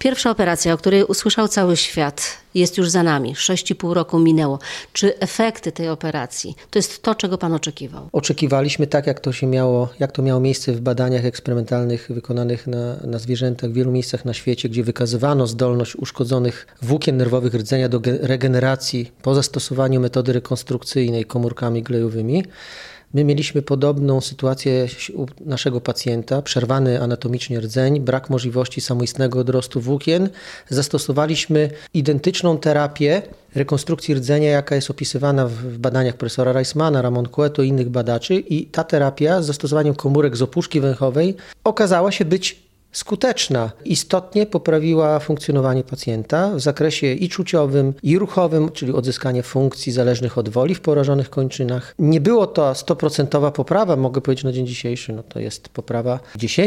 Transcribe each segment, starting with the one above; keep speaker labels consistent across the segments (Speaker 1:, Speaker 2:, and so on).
Speaker 1: Pierwsza operacja, o której usłyszał cały świat, jest już za nami. 6,5 roku minęło. Czy efekty tej operacji to jest to, czego pan oczekiwał?
Speaker 2: Oczekiwaliśmy tak, jak to miało miejsce w badaniach eksperymentalnych wykonanych na zwierzętach w wielu miejscach na świecie, gdzie wykazywano zdolność uszkodzonych włókien nerwowych rdzenia do regeneracji po zastosowaniu metody rekonstrukcyjnej komórkami glejowymi. My mieliśmy podobną sytuację u naszego pacjenta, przerwany anatomicznie rdzeń, brak możliwości samoistnego odrostu włókien. Zastosowaliśmy identyczną terapię rekonstrukcji rdzenia, jaka jest opisywana w badaniach profesora Reismana, Ramon Cueto i innych badaczy, i ta terapia z zastosowaniem komórek z opuszki węchowej okazała się być skuteczna. Istotnie poprawiła funkcjonowanie pacjenta w zakresie i czuciowym, i ruchowym, czyli odzyskanie funkcji zależnych od woli w porażonych kończynach. Nie było to 100% poprawa, mogę powiedzieć na dzień dzisiejszy, to jest poprawa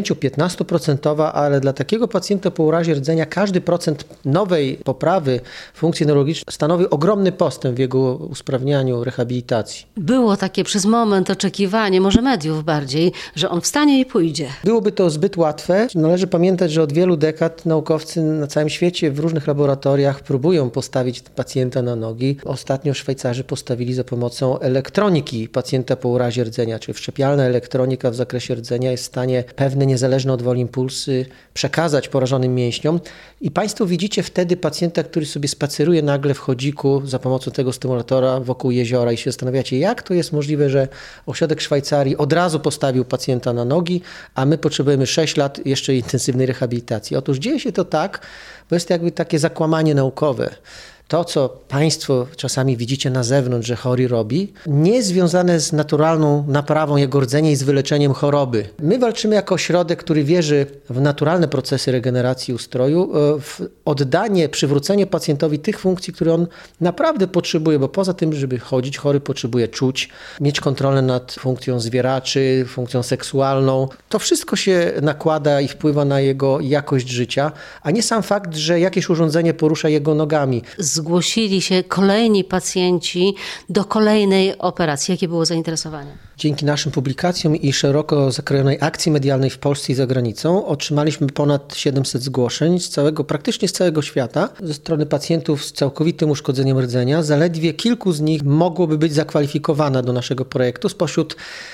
Speaker 2: 10-15%, ale dla takiego pacjenta po urazie rdzenia każdy procent nowej poprawy funkcji neurologicznej stanowi ogromny postęp w jego usprawnianiu rehabilitacji.
Speaker 1: Było takie przez moment oczekiwanie, może mediów bardziej, że on wstanie i pójdzie.
Speaker 2: Byłoby to zbyt łatwe. Należy pamiętać, że od wielu dekad naukowcy na całym świecie w różnych laboratoriach próbują postawić pacjenta na nogi. Ostatnio Szwajcarzy postawili za pomocą elektroniki pacjenta po urazie rdzenia, czyli wszczepialna elektronika w zakresie rdzenia jest w stanie pewne niezależne od woli impulsy przekazać porażonym mięśniom i Państwo widzicie wtedy pacjenta, który sobie spaceruje nagle w chodziku za pomocą tego stymulatora wokół jeziora i się zastanawiacie, jak to jest możliwe, że ośrodek Szwajcarii od razu postawił pacjenta na nogi, a my potrzebujemy 6 lat jeszcze intensywnej rehabilitacji. Otóż dzieje się to tak, bo jest jakby takie zakłamanie naukowe. To, co Państwo czasami widzicie na zewnątrz, że chory robi, nie jest związane z naturalną naprawą jego rdzenia i z wyleczeniem choroby. My walczymy jako ośrodek, który wierzy w naturalne procesy regeneracji ustroju, w oddanie, przywrócenie pacjentowi tych funkcji, które on naprawdę potrzebuje, bo poza tym, żeby chodzić, chory potrzebuje czuć, mieć kontrolę nad funkcją zwieraczy, funkcją seksualną. To wszystko się nakłada i wpływa na jego jakość życia, a nie sam fakt, że jakieś urządzenie porusza jego nogami.
Speaker 1: Zgłosili się kolejni pacjenci do kolejnej operacji. Jakie było zainteresowanie?
Speaker 2: Dzięki naszym publikacjom i szeroko zakrojonej akcji medialnej w Polsce i za granicą otrzymaliśmy ponad 700 zgłoszeń praktycznie z całego świata ze strony pacjentów z całkowitym uszkodzeniem rdzenia. Zaledwie kilku z nich mogłoby być zakwalifikowane do naszego projektu. Spośród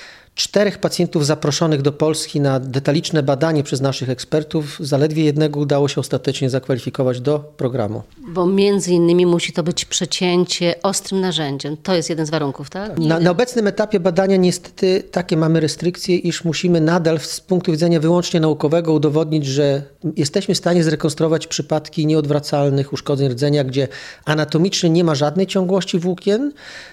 Speaker 2: 4 pacjentów zaproszonych do Polski na detaliczne badanie przez naszych ekspertów, zaledwie jednego udało się ostatecznie zakwalifikować do programu.
Speaker 1: Bo między innymi musi to być przecięcie ostrym narzędziem. To jest jeden z warunków, tak?
Speaker 2: Na obecnym etapie badania niestety takie mamy restrykcje, iż musimy nadal z punktu widzenia wyłącznie naukowego udowodnić, że jesteśmy w stanie zrekonstruować przypadki nieodwracalnych uszkodzeń rdzenia, gdzie anatomicznie nie ma żadnej ciągłości włókien,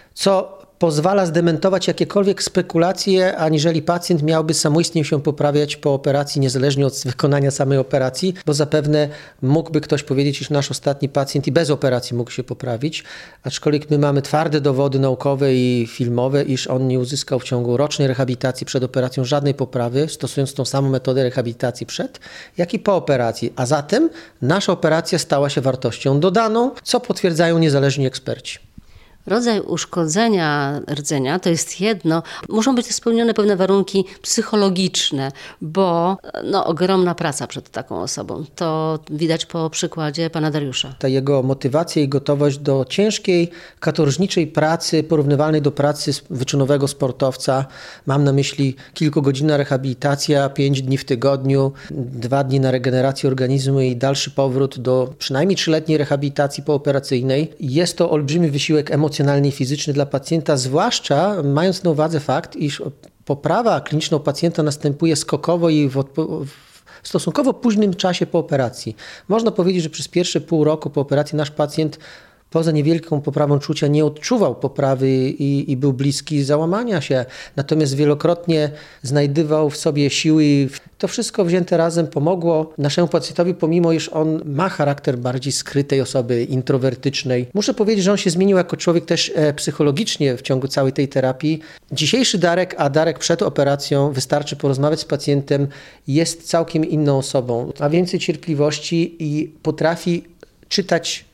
Speaker 2: co pozwala zdementować jakiekolwiek spekulacje, aniżeli pacjent miałby samoistnie się poprawiać po operacji, niezależnie od wykonania samej operacji, bo zapewne mógłby ktoś powiedzieć, iż nasz ostatni pacjent i bez operacji mógł się poprawić, aczkolwiek my mamy twarde dowody naukowe i filmowe, iż on nie uzyskał w ciągu rocznej rehabilitacji przed operacją żadnej poprawy, stosując tą samą metodę rehabilitacji przed, jak i po operacji. A zatem nasza operacja stała się wartością dodaną, co potwierdzają niezależni eksperci.
Speaker 1: Rodzaj uszkodzenia rdzenia to jest jedno. Muszą być spełnione pewne warunki psychologiczne, bo ogromna praca przed taką osobą. To widać po przykładzie pana Dariusza.
Speaker 2: Ta jego motywacja i gotowość do ciężkiej, katorżniczej pracy, porównywalnej do pracy wyczynowego sportowca. Mam na myśli kilkugodzinna rehabilitacja, 5 dni w tygodniu, 2 dni na regenerację organizmu i dalszy powrót do przynajmniej 3-letniej rehabilitacji pooperacyjnej. Jest to olbrzymi wysiłek emocjonalny i fizyczny dla pacjenta, zwłaszcza mając na uwadze fakt, iż poprawa kliniczna u pacjenta następuje skokowo i w stosunkowo późnym czasie po operacji. Można powiedzieć, że przez pierwsze pół roku po operacji nasz pacjent poza niewielką poprawą czucia nie odczuwał poprawy i był bliski załamania się. Natomiast wielokrotnie znajdywał w sobie siły. To wszystko wzięte razem pomogło naszemu pacjentowi, pomimo iż on ma charakter bardziej skrytej osoby, introwertycznej. Muszę powiedzieć, że on się zmienił jako człowiek też psychologicznie w ciągu całej tej terapii. Dzisiejszy Darek, a Darek przed operacją, wystarczy porozmawiać z pacjentem, jest całkiem inną osobą. Ma więcej cierpliwości i potrafi czytać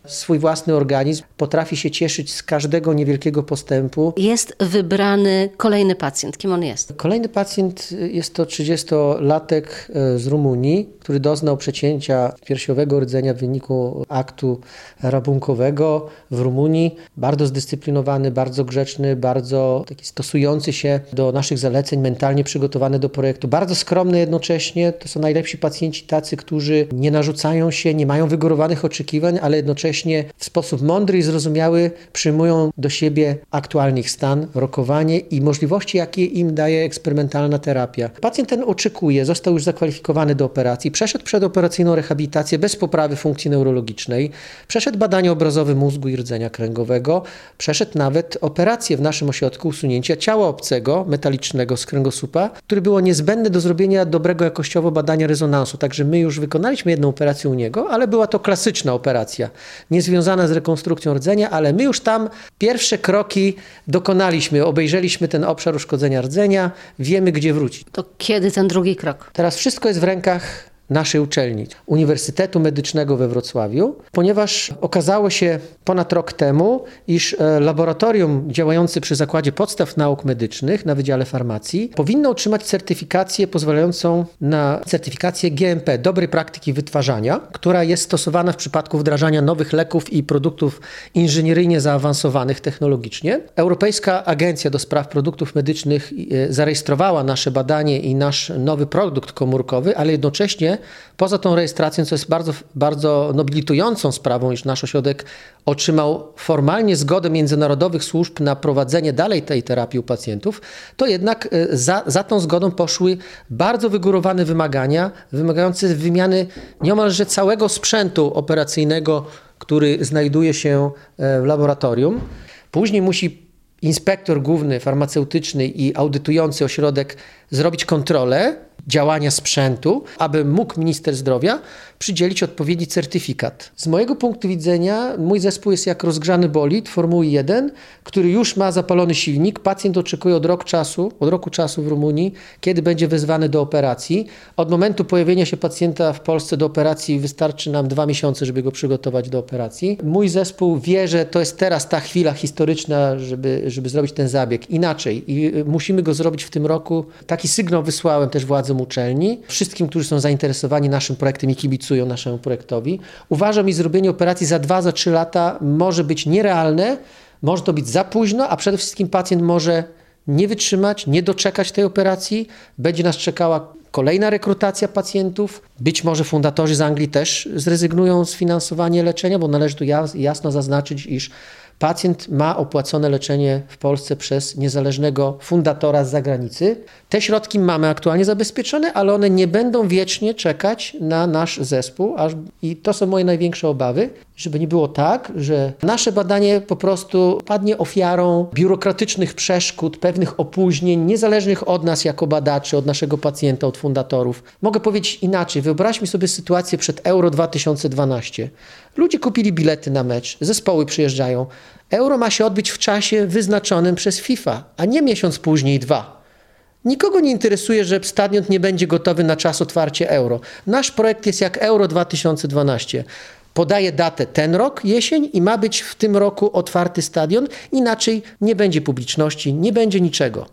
Speaker 2: swój własny organizm, potrafi się cieszyć z każdego niewielkiego postępu.
Speaker 1: Jest wybrany kolejny pacjent. Kim on jest?
Speaker 2: Kolejny pacjent jest to 30-latek z Rumunii, który doznał przecięcia piersiowego rdzenia w wyniku aktu rabunkowego w Rumunii. Bardzo zdyscyplinowany, bardzo grzeczny, bardzo taki stosujący się do naszych zaleceń, mentalnie przygotowany do projektu. Bardzo skromny jednocześnie. To są najlepsi pacjenci tacy, którzy nie narzucają się, nie mają wygórowanych oczekiwań, ale jednocześnie w sposób mądry i zrozumiały przyjmują do siebie aktualny ich stan, rokowanie i możliwości, jakie im daje eksperymentalna terapia. Pacjent ten oczekuje, został już zakwalifikowany do operacji, przeszedł przedoperacyjną rehabilitację bez poprawy funkcji neurologicznej, przeszedł badanie obrazowe mózgu i rdzenia kręgowego, przeszedł nawet operację w naszym ośrodku usunięcia ciała obcego, metalicznego z kręgosłupa, które było niezbędne do zrobienia dobrego jakościowo badania rezonansu. Także my już wykonaliśmy jedną operację u niego, ale była to klasyczna operacja, niezwiązana z rekonstrukcją rdzenia, ale my już tam pierwsze kroki dokonaliśmy, obejrzeliśmy ten obszar uszkodzenia rdzenia, wiemy, gdzie wrócić.
Speaker 1: To kiedy ten drugi krok?
Speaker 2: Teraz wszystko jest w rękach naszej uczelni, Uniwersytetu Medycznego we Wrocławiu, ponieważ okazało się ponad rok temu, iż laboratorium działające przy Zakładzie Podstaw Nauk Medycznych na Wydziale Farmacji powinno otrzymać certyfikację pozwalającą na certyfikację GMP, dobrej praktyki wytwarzania, która jest stosowana w przypadku wdrażania nowych leków i produktów inżynieryjnie zaawansowanych technologicznie. Europejska Agencja do Spraw Produktów Medycznych zarejestrowała nasze badanie i nasz nowy produkt komórkowy, ale jednocześnie poza tą rejestracją, co jest bardzo, bardzo nobilitującą sprawą, iż nasz ośrodek otrzymał formalnie zgodę międzynarodowych służb na prowadzenie dalej tej terapii u pacjentów, to jednak za tą zgodą poszły bardzo wygórowane wymagania, wymagające wymiany nieomalże całego sprzętu operacyjnego, który znajduje się w laboratorium. Później musi inspektor główny farmaceutyczny i audytujący ośrodek zrobić kontrolę działania sprzętu, aby mógł minister zdrowia przydzielić odpowiedni certyfikat. Z mojego punktu widzenia mój zespół jest jak rozgrzany bolid Formuły 1, który już ma zapalony silnik. Pacjent oczekuje od roku czasu w Rumunii, kiedy będzie wezwany do operacji. Od momentu pojawienia się pacjenta w Polsce do operacji wystarczy nam 2 miesiące, żeby go przygotować do operacji. Mój zespół wie, że to jest teraz ta chwila historyczna, żeby zrobić ten zabieg inaczej i musimy go zrobić w tym roku. Taki sygnał wysłałem też władzom uczelni, wszystkim, którzy są zainteresowani naszym projektem i kibicują naszemu projektowi. Uważam, iż zrobienie operacji za 2-3 lata może być nierealne, może to być za późno, a przede wszystkim pacjent może nie wytrzymać, nie doczekać tej operacji. Będzie nas czekała kolejna rekrutacja pacjentów. Być może fundatorzy z Anglii też zrezygnują z finansowania leczenia, bo należy tu jasno zaznaczyć, iż pacjent ma opłacone leczenie w Polsce przez niezależnego fundatora z zagranicy. Te środki mamy aktualnie zabezpieczone, ale one nie będą wiecznie czekać na nasz zespół. I to są moje największe obawy, żeby nie było tak, że nasze badanie po prostu padnie ofiarą biurokratycznych przeszkód, pewnych opóźnień, niezależnych od nas jako badaczy, od naszego pacjenta, od fundatorów. Mogę powiedzieć inaczej. Wyobraźmy sobie sytuację przed Euro 2012. Ludzie kupili bilety na mecz, zespoły przyjeżdżają. Euro ma się odbyć w czasie wyznaczonym przez FIFA, a nie miesiąc później, 2. Nikogo nie interesuje, że stadion nie będzie gotowy na czas otwarcia Euro. Nasz projekt jest jak Euro 2012. Podaje datę ten rok, jesień i ma być w tym roku otwarty stadion, inaczej nie będzie publiczności, nie będzie niczego.